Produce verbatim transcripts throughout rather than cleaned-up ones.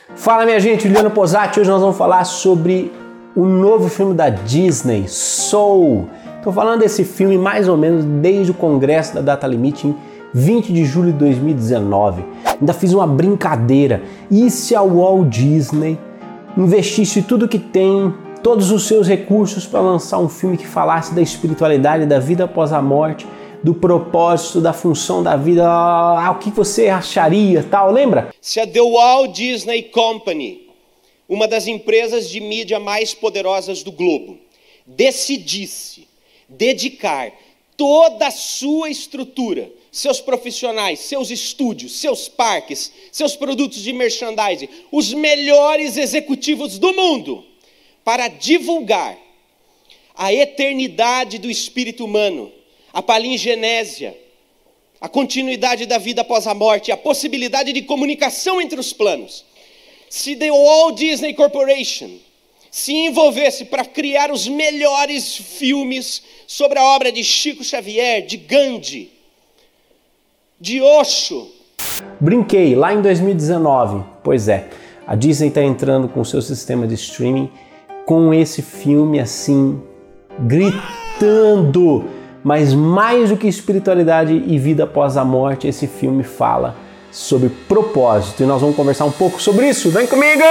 Fala minha gente, Juliano Posati, hoje nós vamos falar sobre o novo filme da Disney, Soul. Estou falando desse filme mais ou menos desde o congresso da Data Limite em vinte de julho de dois mil e dezenove. Ainda fiz uma brincadeira. E se a Walt Disney investisse tudo que tem, todos os seus recursos para lançar um filme que falasse da espiritualidade, da vida após a morte, do propósito, da função da vida, ah, o que você acharia, tal, lembra? Se a The Walt Disney Company, uma das empresas de mídia mais poderosas do globo, decidisse dedicar toda a sua estrutura, seus profissionais, seus estúdios, seus parques, seus produtos de merchandising, os melhores executivos do mundo, para divulgar a eternidade do espírito humano, a palingenésia, a continuidade da vida após a morte, a possibilidade de comunicação entre os planos. Se The Walt Disney Corporation se envolvesse para criar os melhores filmes sobre a obra de Chico Xavier, de Gandhi, de Osho. Brinquei lá em dois mil e dezenove. Pois é, a Disney está entrando com o seu sistema de streaming com esse filme assim, gritando. Mas mais do que espiritualidade e vida após a morte, esse filme fala sobre propósito. E nós vamos conversar um pouco sobre isso. Vem comigo!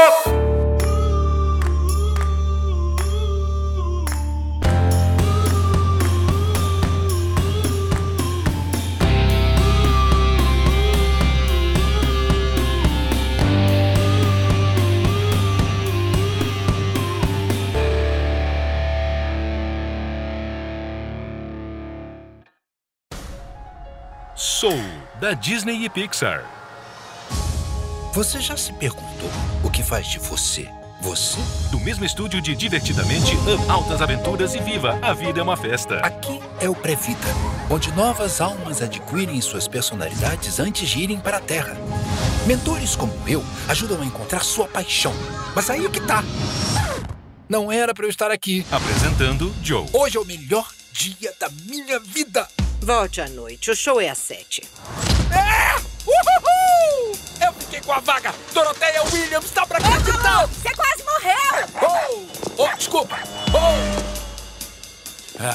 Soul, da Disney e Pixar. Você já se perguntou o que faz de você, você? Do mesmo estúdio de Divertidamente, Altas Aventuras e Viva, a vida é uma festa. Aqui é o Pré-Vida, onde novas almas adquirem suas personalidades antes de irem para a Terra. Mentores como eu ajudam a encontrar sua paixão. Mas aí é que tá. Não era para eu estar aqui. Apresentando Joe. Hoje é o melhor dia da minha vida. Volte à noite, o show é às sete. É! Uhul! Eu fiquei com a vaga! Doroteia Williams, dá pra acreditar! Você quase morreu! Oh! Oh, desculpa! Oh! Ah!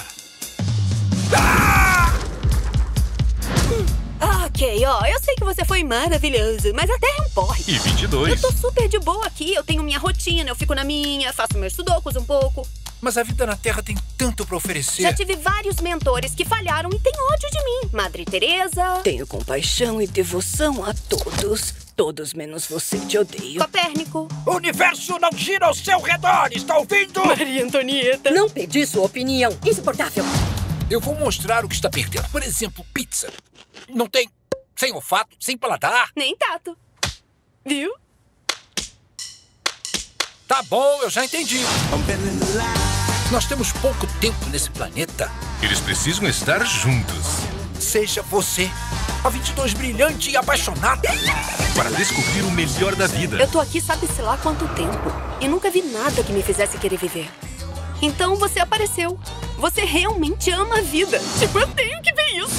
Ah! Ok, ó, eu sei que você foi maravilhoso, mas a Terra é um porre. E vinte e dois. Eu tô super de boa aqui, eu tenho minha rotina, eu fico na minha, faço meus sudokus um pouco. Mas a vida na Terra tem tanto pra oferecer. Já tive vários mentores que falharam e têm ódio de mim. Madre Teresa. Tenho compaixão e devoção a todos. Todos menos você, te odeio. Copérnico. O universo não gira ao seu redor, está ouvindo? Maria Antonieta. Não pedi sua opinião. Insuportável. Eu vou mostrar o que está perdendo. Por exemplo, pizza. Não tem... sem olfato, sem paladar. Nem tato. Viu? Tá bom, eu já entendi. Nós temos pouco tempo nesse planeta. Eles precisam estar juntos. Seja você, a vinte e dois brilhante e apaixonada, para descobrir o melhor da vida. Eu tô aqui sabe-se lá quanto tempo e nunca vi nada que me fizesse querer viver. Então você apareceu. Você realmente ama a vida. Tipo, eu tenho que ver isso.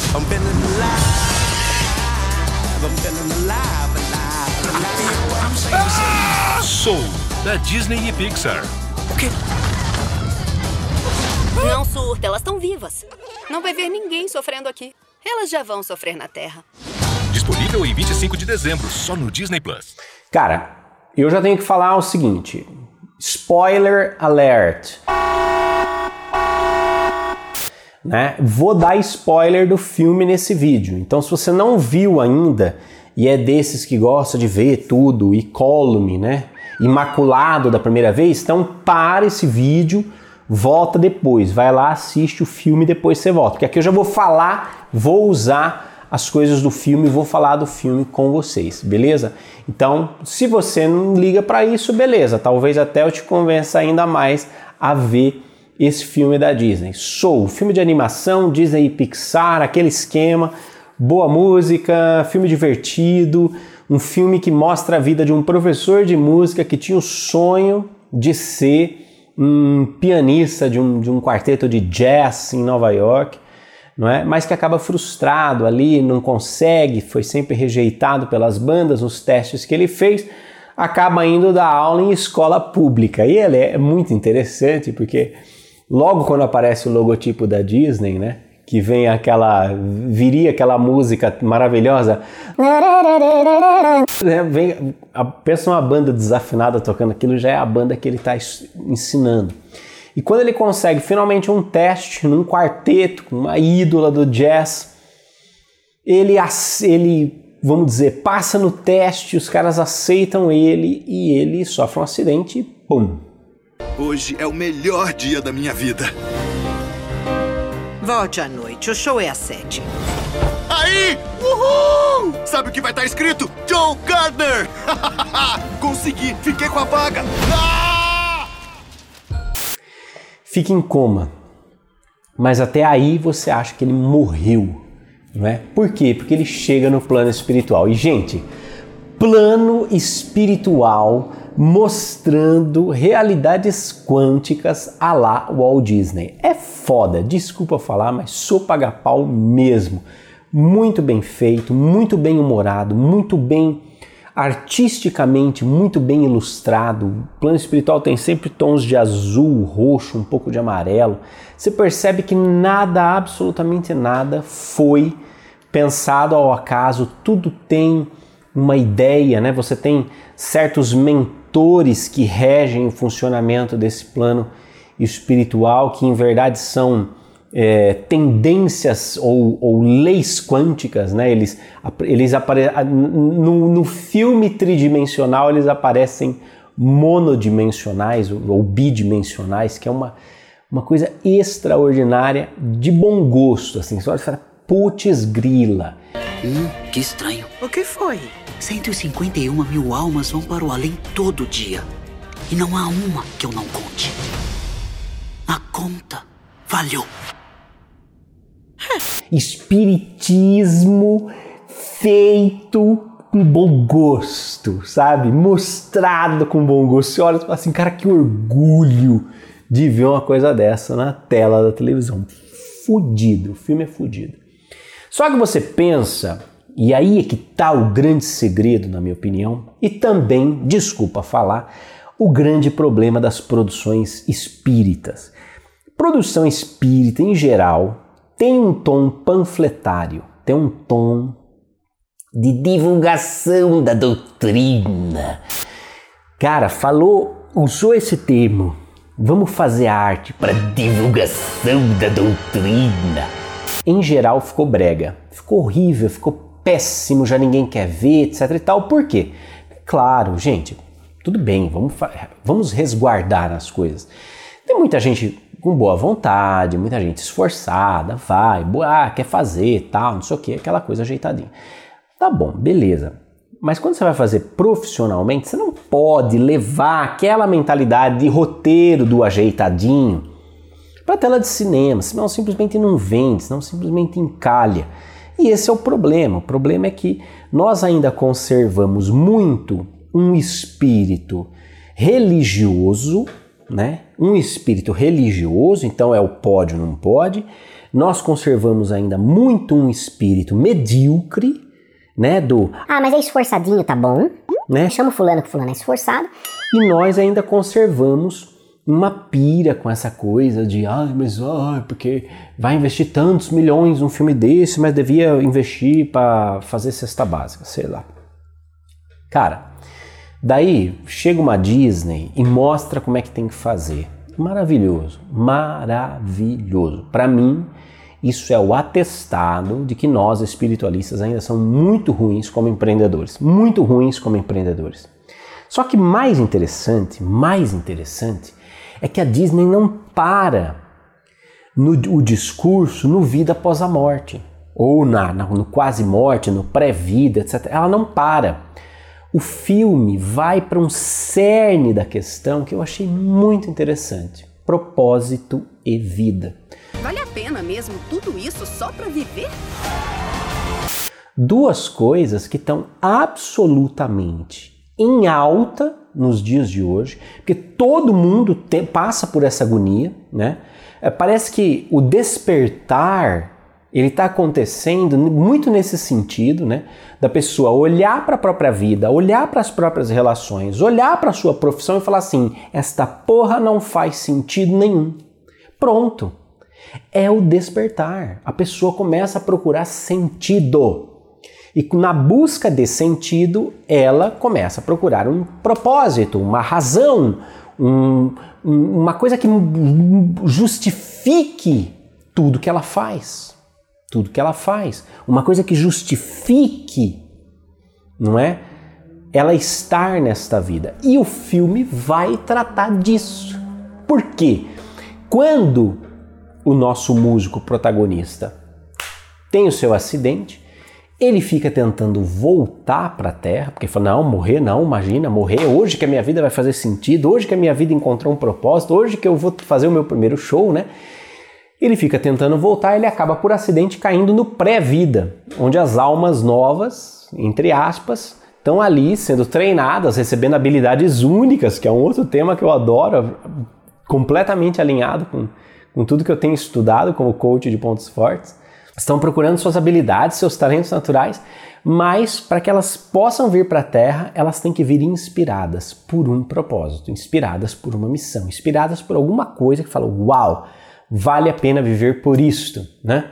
Ah! Soul, da Disney e Pixar. O quê? Não surta, elas estão vivas. Não vai ver ninguém sofrendo aqui. Elas já vão sofrer na Terra. Disponível em vinte e cinco de dezembro, só no Disney Plus. Cara, eu já tenho que falar o seguinte. Spoiler alert. Né? Vou dar spoiler do filme nesse vídeo. Então, se você não viu ainda e é desses que gosta de ver tudo e colme, né? Imaculado da primeira vez, então para esse vídeo, volta depois, vai lá, assiste o filme e depois você volta. Porque aqui eu já vou falar, vou usar as coisas do filme, vou falar do filme com vocês, beleza? Então, se você não liga para isso, beleza, talvez até eu te convença ainda mais a ver esse filme da Disney. Soul, filme de animação, Disney e Pixar, aquele esquema, boa música, filme divertido, um filme que mostra a vida de um professor de música que tinha o sonho de ser um pianista de um, de um quarteto de jazz em Nova York, não é? Mas que acaba frustrado ali, não consegue, foi sempre rejeitado pelas bandas nos testes que ele fez, acaba indo dar aula em escola pública. E ele é muito interessante porque logo quando aparece o logotipo da Disney, né, que vem aquela, viria aquela música maravilhosa, vem, pensa uma banda desafinada tocando aquilo, já é a banda que ele está ensinando. E quando ele consegue finalmente um teste num quarteto com uma ídola do jazz, ele, ele, vamos dizer, passa no teste, os caras aceitam ele e ele sofre um acidente e pum. Hoje é o melhor dia da minha vida. Volte à noite, o show é às sete. Aí! Uhul! Sabe o que vai estar escrito? Joe Gardner! Consegui! Fiquei com a vaga! Ah! Fica em coma. Mas até aí você acha que ele morreu, não é? Por quê? Porque ele chega no plano espiritual. E, gente, plano espiritual mostrando realidades quânticas à la Walt Disney. É foda, desculpa falar, mas sou paga-pau mesmo. Muito bem feito, muito bem humorado, muito bem artisticamente, muito bem ilustrado. O plano espiritual tem sempre tons de azul, roxo, um pouco de amarelo. Você percebe que nada, absolutamente nada, foi pensado ao acaso, tudo tem uma ideia, né? Você tem certos mentores que regem o funcionamento desse plano espiritual, que em verdade são é, tendências ou, ou leis quânticas, né? Eles, eles apare... no, no filme tridimensional eles aparecem monodimensionais ou bidimensionais, que é uma, uma coisa extraordinária de bom gosto, assim. Você olha e fala, putz grila. Hum, que estranho. O que foi? cento e cinquenta e uma mil almas vão para o além todo dia. E não há uma que eu não conte. A conta falhou. Espiritismo feito com bom gosto, sabe? Mostrado com bom gosto. Você olha e fala assim, cara, que orgulho de ver uma coisa dessa na tela da televisão. Fudido, o filme é fudido. Só que você pensa, e aí é que está o grande segredo, na minha opinião, e também, desculpa falar, o grande problema das produções espíritas. Produção espírita, em geral, tem um tom panfletário, tem um tom de divulgação da doutrina. Cara, falou, usou esse termo, vamos fazer arte para divulgação da doutrina. Em geral ficou brega, ficou horrível, ficou péssimo, já ninguém quer ver, etc e tal. Por quê? Claro, gente, tudo bem, vamos, vamos resguardar as coisas. Tem muita gente com boa vontade, muita gente esforçada, vai, ah, quer fazer, tal, não sei o que, aquela coisa ajeitadinha. Tá bom, beleza. Mas quando você vai fazer profissionalmente, você não pode levar aquela mentalidade de roteiro do ajeitadinho para a tela de cinema, senão simplesmente não vende, senão simplesmente encalha. E esse é o problema. O problema é que nós ainda conservamos muito um espírito religioso, né? Um espírito religioso, então é o pode ou não pode. Nós conservamos ainda muito um espírito medíocre, né? Do ah, mas é esforçadinho, tá bom? Né? Chama o fulano que o fulano é esforçado. E nós ainda conservamos uma pira com essa coisa de ah, mas ah, porque vai investir tantos milhões num filme desse, mas devia investir para fazer cesta básica, sei lá. Cara, daí chega uma Disney e mostra como é que tem que fazer. Maravilhoso, maravilhoso. Para mim, isso é o atestado de que nós espiritualistas ainda somos muito ruins como empreendedores, muito ruins como empreendedores. Só que mais interessante, mais interessante é que a Disney não para no o discurso no vida após a morte, ou na, na, no quase morte, no pré-vida, etcétera. Ela não para. O filme vai para um cerne da questão que eu achei muito interessante. Propósito e vida. Vale a pena mesmo tudo isso só para viver? Duas coisas que estão absolutamente em alta nos dias de hoje, porque todo mundo te, passa por essa agonia, né? É, parece que o despertar Ele está acontecendo muito nesse sentido, né? Da pessoa olhar para a própria vida, olhar para as próprias relações, olhar para a sua profissão e falar assim, esta porra não faz sentido nenhum. Pronto. É o despertar. A pessoa começa a procurar sentido. E na busca de sentido, ela começa a procurar um propósito, uma razão, um, uma coisa que justifique tudo que ela faz. Tudo que ela faz. Uma coisa que justifique, não é? Ela estar nesta vida. E o filme vai tratar disso. Por quê? Quando o nosso músico protagonista tem o seu acidente, ele fica tentando voltar para a Terra, porque fala, não, morrer não, imagina, morrer, hoje que a minha vida vai fazer sentido, hoje que a minha vida encontrou um propósito, hoje que eu vou fazer o meu primeiro show, né? Ele fica tentando voltar, ele acaba por acidente caindo no pré-vida, onde as almas novas, entre aspas, estão ali sendo treinadas, recebendo habilidades únicas, que é um outro tema que eu adoro, completamente alinhado com, com tudo que eu tenho estudado como coach de pontos fortes. Estão procurando suas habilidades, seus talentos naturais, mas para que elas possam vir para a Terra, elas têm que vir inspiradas por um propósito, inspiradas por uma missão, inspiradas por alguma coisa que fala, uau, vale a pena viver por isto, né?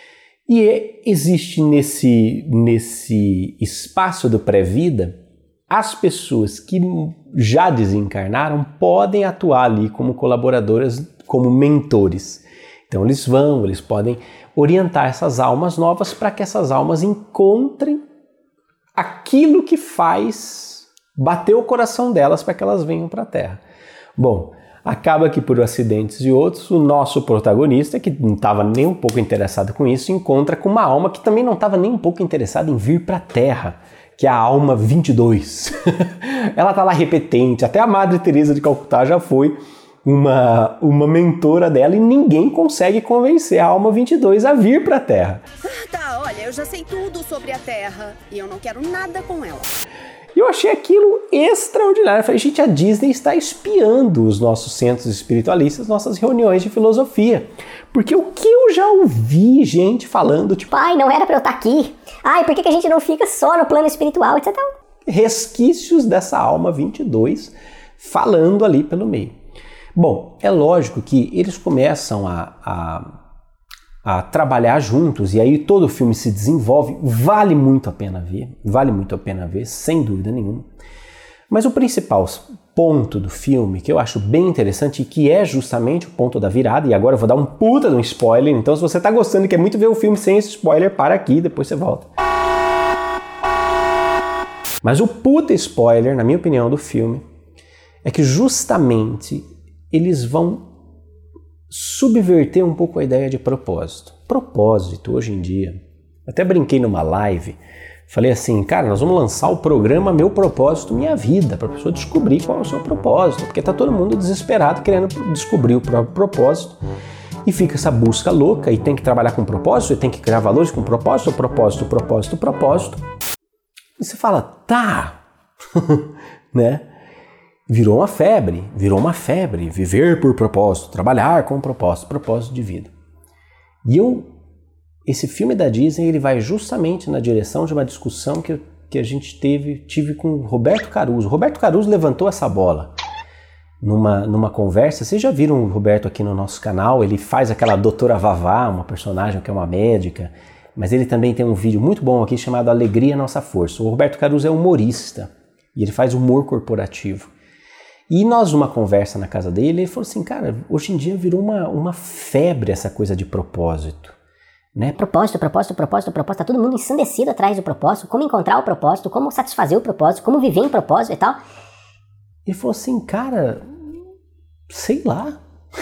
E existe nesse, nesse espaço do pré-vida, as pessoas que já desencarnaram podem atuar ali como colaboradoras, como mentores. Então eles vão, eles podem orientar essas almas novas para que essas almas encontrem aquilo que faz bater o coração delas para que elas venham para a Terra. Bom, acaba que por acidentes e outros, o nosso protagonista, que não estava nem um pouco interessado com isso, encontra com uma alma que também não estava nem um pouco interessada em vir para a Terra, que é a alma vinte e dois. Ela está lá repetente, até a Madre Teresa de Calcutá já foi uma, uma mentora dela e ninguém consegue convencer a alma vinte e dois a vir para a Terra. Tá, olha, eu já sei tudo sobre a Terra e eu não quero nada com ela. E eu achei aquilo extraordinário. Eu falei, gente, a Disney está espiando os nossos centros espiritualistas, nossas reuniões de filosofia. Porque o que eu já ouvi gente falando, tipo... Pai, não era para eu estar aqui. Ai, por que que a gente não fica só no plano espiritual, etcétera. Resquícios dessa alma vinte e dois falando ali pelo meio. Bom, é lógico que eles começam a... a a trabalhar juntos, e aí todo o filme se desenvolve, vale muito a pena ver, vale muito a pena ver, sem dúvida nenhuma. Mas o principal ponto do filme, que eu acho bem interessante, e que é justamente o ponto da virada, e agora eu vou dar um puta de um spoiler, então se você tá gostando e quer muito ver o filme sem esse spoiler, para aqui, depois você volta. Mas o puta spoiler, na minha opinião, do filme, é que justamente eles vão subverter um pouco a ideia de propósito. Propósito, hoje em dia, até brinquei numa live, falei assim, cara, nós vamos lançar o programa Meu Propósito, Minha Vida, para a pessoa descobrir qual é o seu propósito, porque tá todo mundo desesperado querendo descobrir o próprio propósito, e fica essa busca louca, e tem que trabalhar com propósito, e tem que criar valores com propósito, propósito, propósito, propósito. E você fala, tá, né? Virou uma febre, virou uma febre, viver por propósito, trabalhar com propósito, propósito de vida. E eu, esse filme da Disney, ele vai justamente na direção de uma discussão que, eu, que a gente teve, tive com o Roberto Caruso. O Roberto Caruso levantou essa bola numa, numa conversa. Vocês já viram o Roberto aqui no nosso canal, ele faz aquela doutora Vavá, uma personagem que é uma médica, mas ele também tem um vídeo muito bom aqui chamado Alegria, Nossa Força. O Roberto Caruso é humorista e ele faz humor corporativo. E nós, numa conversa na casa dele, ele falou assim, cara, hoje em dia virou uma, uma febre essa coisa de propósito, né? Propósito, propósito, propósito, propósito, tá todo mundo ensandecido atrás do propósito, como encontrar o propósito, como satisfazer o propósito, como viver em propósito e tal. Ele falou assim, cara, sei lá,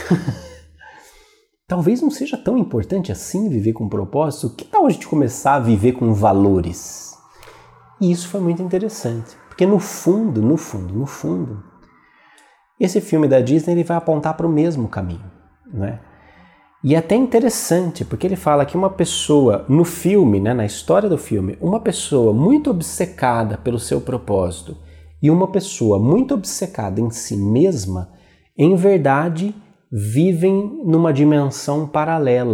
talvez não seja tão importante assim viver com propósito, que tal a gente começar a viver com valores? E isso foi muito interessante, porque no fundo, no fundo, no fundo, esse filme da Disney ele vai apontar para o mesmo caminho, né? E é até interessante, porque ele fala que uma pessoa, no filme, né, na história do filme, uma pessoa muito obcecada pelo seu propósito e uma pessoa muito obcecada em si mesma, em verdade, vivem numa dimensão paralela,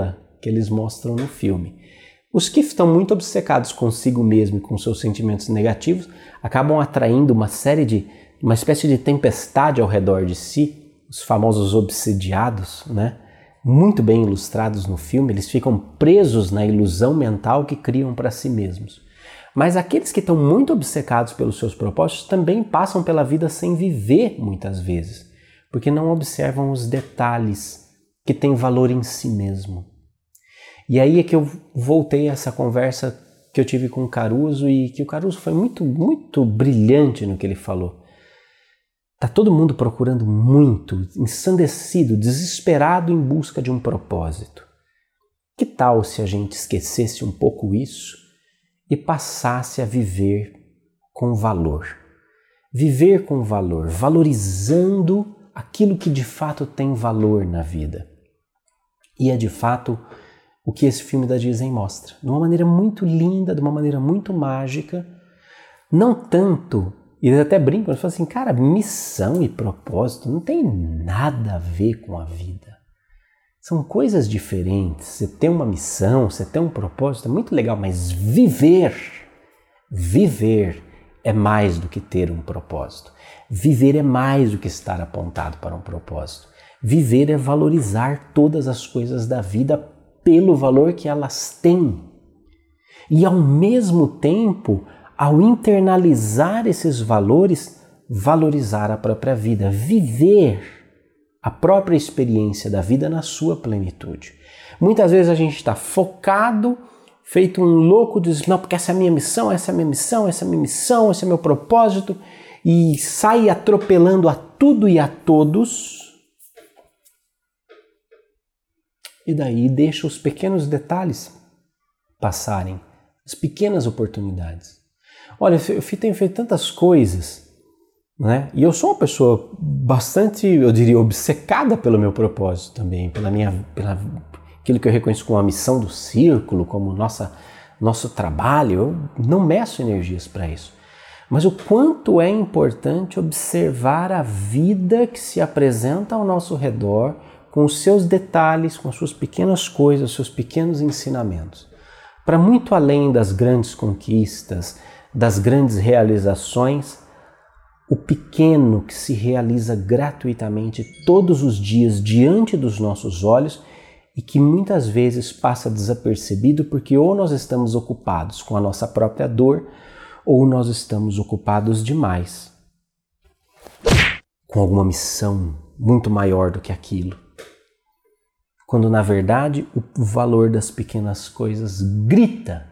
que eles mostram no filme. Os que estão muito obcecados consigo mesmo e com seus sentimentos negativos acabam atraindo uma série de, uma espécie de tempestade ao redor de si, os famosos obsediados, né? Muito bem ilustrados no filme, eles ficam presos na ilusão mental que criam para si mesmos. Mas aqueles que estão muito obcecados pelos seus propósitos também passam pela vida sem viver muitas vezes, porque não observam os detalhes que têm valor em si mesmo. E aí é que eu voltei a essa conversa que eu tive com o Caruso e que o Caruso foi muito, muito brilhante no que ele falou. Tá todo mundo procurando muito, ensandecido, desesperado em busca de um propósito. Que tal se a gente esquecesse um pouco isso e passasse a viver com valor? Viver com valor, valorizando aquilo que de fato tem valor na vida. E é de fato o que esse filme da Disney mostra, de uma maneira muito linda, de uma maneira muito mágica, não tanto. E eles até brincam, eles falam assim, cara, missão e propósito não tem nada a ver com a vida. São coisas diferentes. Você tem uma missão, você tem um propósito, é muito legal, mas viver, viver é mais do que ter um propósito. Viver é mais do que estar apontado para um propósito. Viver é valorizar todas as coisas da vida pelo valor que elas têm. E ao mesmo tempo, ao internalizar esses valores, valorizar a própria vida, viver a própria experiência da vida na sua plenitude. Muitas vezes a gente está focado, feito um louco, diz, não, porque essa é a minha missão, essa é a minha missão, essa é a minha missão, esse é o meu propósito, e sai atropelando a tudo e a todos, e daí deixa os pequenos detalhes passarem, as pequenas oportunidades. Olha, eu tenho feito tantas coisas, né? E eu sou uma pessoa bastante, eu diria, obcecada pelo meu propósito também, pela minha, pela aquilo que eu reconheço como a missão do círculo, como nossa, nosso trabalho. Eu não meço energias para isso. Mas o quanto é importante observar a vida que se apresenta ao nosso redor, com os seus detalhes, com as suas pequenas coisas, os seus pequenos ensinamentos. Para muito além das grandes conquistas, das grandes realizações, o pequeno que se realiza gratuitamente todos os dias diante dos nossos olhos e que muitas vezes passa desapercebido porque ou nós estamos ocupados com a nossa própria dor ou nós estamos ocupados demais com alguma missão muito maior do que aquilo. Quando na verdade o valor das pequenas coisas grita.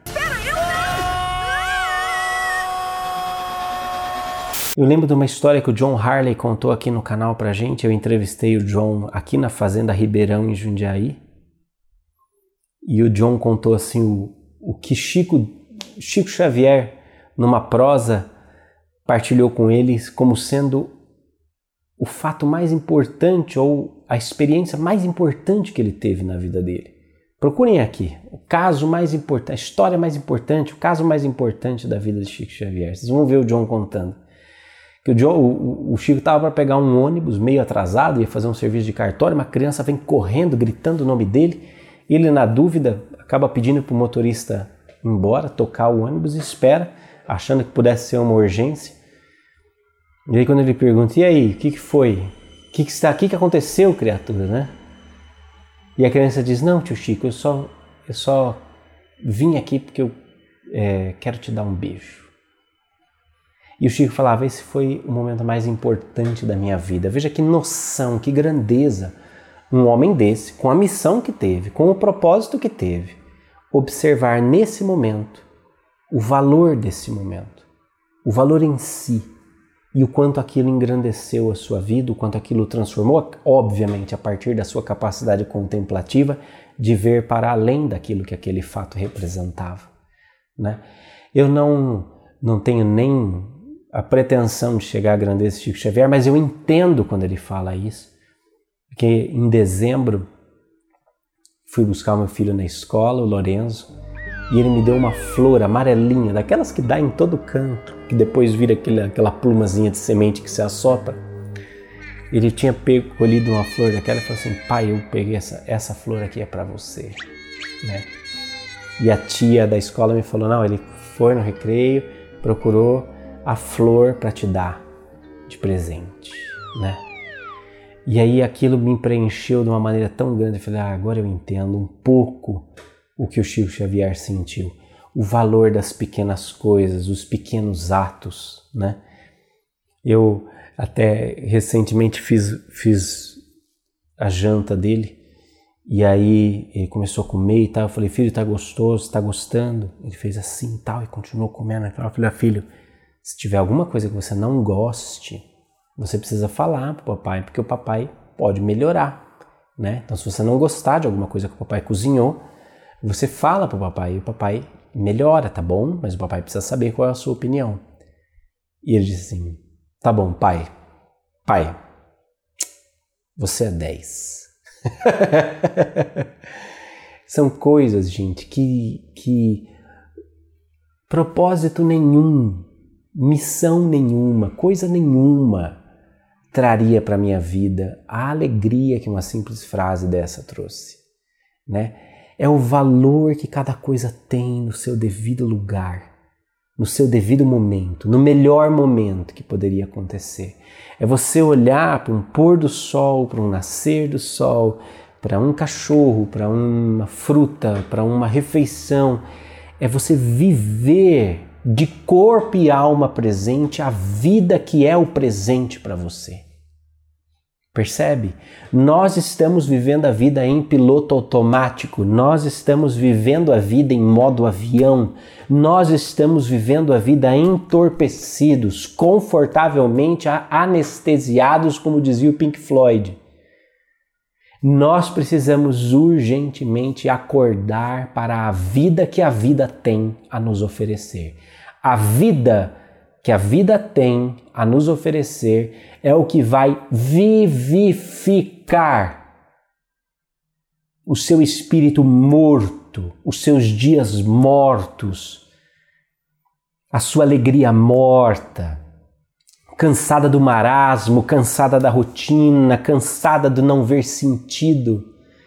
Eu lembro de uma história que o John Harley contou aqui no canal pra gente. Eu entrevistei o John aqui na Fazenda Ribeirão, em Jundiaí. E o John contou assim o, o que Chico, Chico Xavier, numa prosa, partilhou com ele como sendo o fato mais importante ou a experiência mais importante que ele teve na vida dele. Procurem aqui, o caso mais importante, a história mais importante, o caso mais importante da vida de Chico Xavier. Vocês vão ver o John contando. Que o, John, o, o Chico estava para pegar um ônibus meio atrasado, ia fazer um serviço de cartório, uma criança vem correndo, gritando o nome dele, ele na dúvida acaba pedindo para o motorista ir embora, tocar o ônibus e espera, achando que pudesse ser uma urgência. E aí quando ele pergunta, e aí, o que, que foi? O que, que, está, que, que aconteceu, criatura, né? E a criança diz, não, tio Chico, eu só, eu só vim aqui porque eu é, quero te dar um beijo. E o Chico falava, esse foi o momento mais importante da minha vida. Veja que noção, que grandeza. Um homem desse, com a missão que teve, com o propósito que teve, observar nesse momento o valor desse momento, o valor em si, e o quanto aquilo engrandeceu a sua vida, o quanto aquilo transformou, obviamente, a partir da sua capacidade contemplativa de ver para além daquilo que aquele fato representava, né? Eu não, não tenho nem a pretensão de chegar à grandeza de Chico Xavier, mas eu entendo quando ele fala isso, porque em dezembro fui buscar o meu filho na escola, o Lorenzo, e ele me deu uma flor amarelinha, daquelas que dá em todo canto, que depois vira aquele, aquela plumazinha de semente que se assopra. Ele tinha pego, colhido uma flor daquela e falou assim, pai, eu peguei essa, essa flor aqui é para você. né? E a tia da escola me falou, não, ele foi no recreio, procurou a flor para te dar de presente, né? E aí aquilo me preencheu de uma maneira tão grande, eu falei, ah, agora eu entendo um pouco o que o Chico Xavier sentiu, o valor das pequenas coisas, os pequenos atos, né? Eu até recentemente fiz, fiz a janta dele, e aí ele começou a comer e tal, eu falei, filho, tá gostoso, tá gostando? Ele fez assim e tal, e continuou comendo. Eu falei, filho, se tiver alguma coisa que você não goste, você precisa falar pro papai, porque o papai pode melhorar, né? Então se você não gostar de alguma coisa que o papai cozinhou, você fala pro papai, e o papai melhora, tá bom? Mas o papai precisa saber qual é a sua opinião. E ele disse assim, tá bom, pai, pai, você é dez. São coisas, gente, que, que propósito nenhum, missão nenhuma, coisa nenhuma traria para minha vida a alegria que uma simples frase dessa trouxe, né? É o valor que cada coisa tem no seu devido lugar, no seu devido momento, no melhor momento que poderia acontecer. É você olhar para um pôr do sol, para um nascer do sol, para um cachorro, para uma fruta, para uma refeição. É você viver de corpo e alma presente a vida que é o presente para você. Percebe? Nós estamos vivendo a vida em piloto automático, nós estamos vivendo a vida em modo avião, nós estamos vivendo a vida entorpecidos, confortavelmente anestesiados, como dizia o Pink Floyd. Nós precisamos urgentemente acordar para a vida que a vida tem a nos oferecer. A vida que a vida tem a nos oferecer é o que vai vivificar o seu espírito morto, os seus dias mortos, a sua alegria morta, cansada do marasmo, cansada da rotina, cansada do não ver sentido.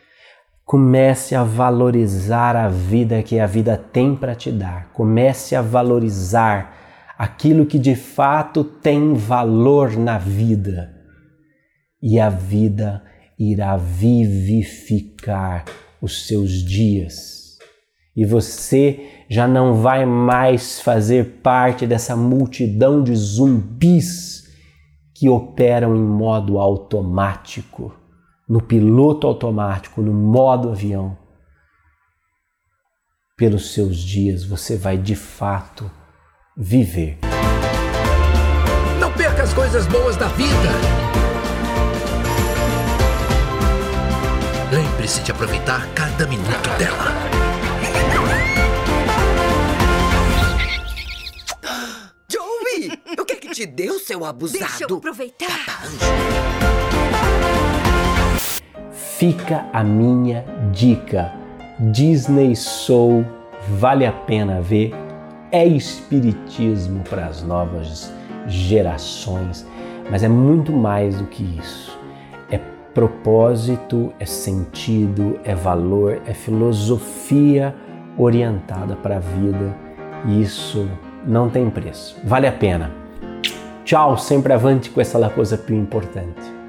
Comece a valorizar a vida que a vida tem para te dar. Comece a valorizar aquilo que de fato tem valor na vida, e a vida irá vivificar os seus dias. E você já não vai mais fazer parte dessa multidão de zumbis que operam em modo automático, no piloto automático, no modo avião. Pelos seus dias você vai de fato viver. Não perca as coisas boas da vida. Lembre-se de aproveitar cada minuto dela. Joey, o que é que te deu, seu abusado? Deixa eu aproveitar. Fica a minha dica. Disney Soul vale a pena ver. É espiritismo para as novas gerações, mas é muito mais do que isso. É propósito, é sentido, é valor, é filosofia orientada para a vida, e isso não tem preço. Vale a pena. Tchau, sempre avante com essa La Cosa Più Importante.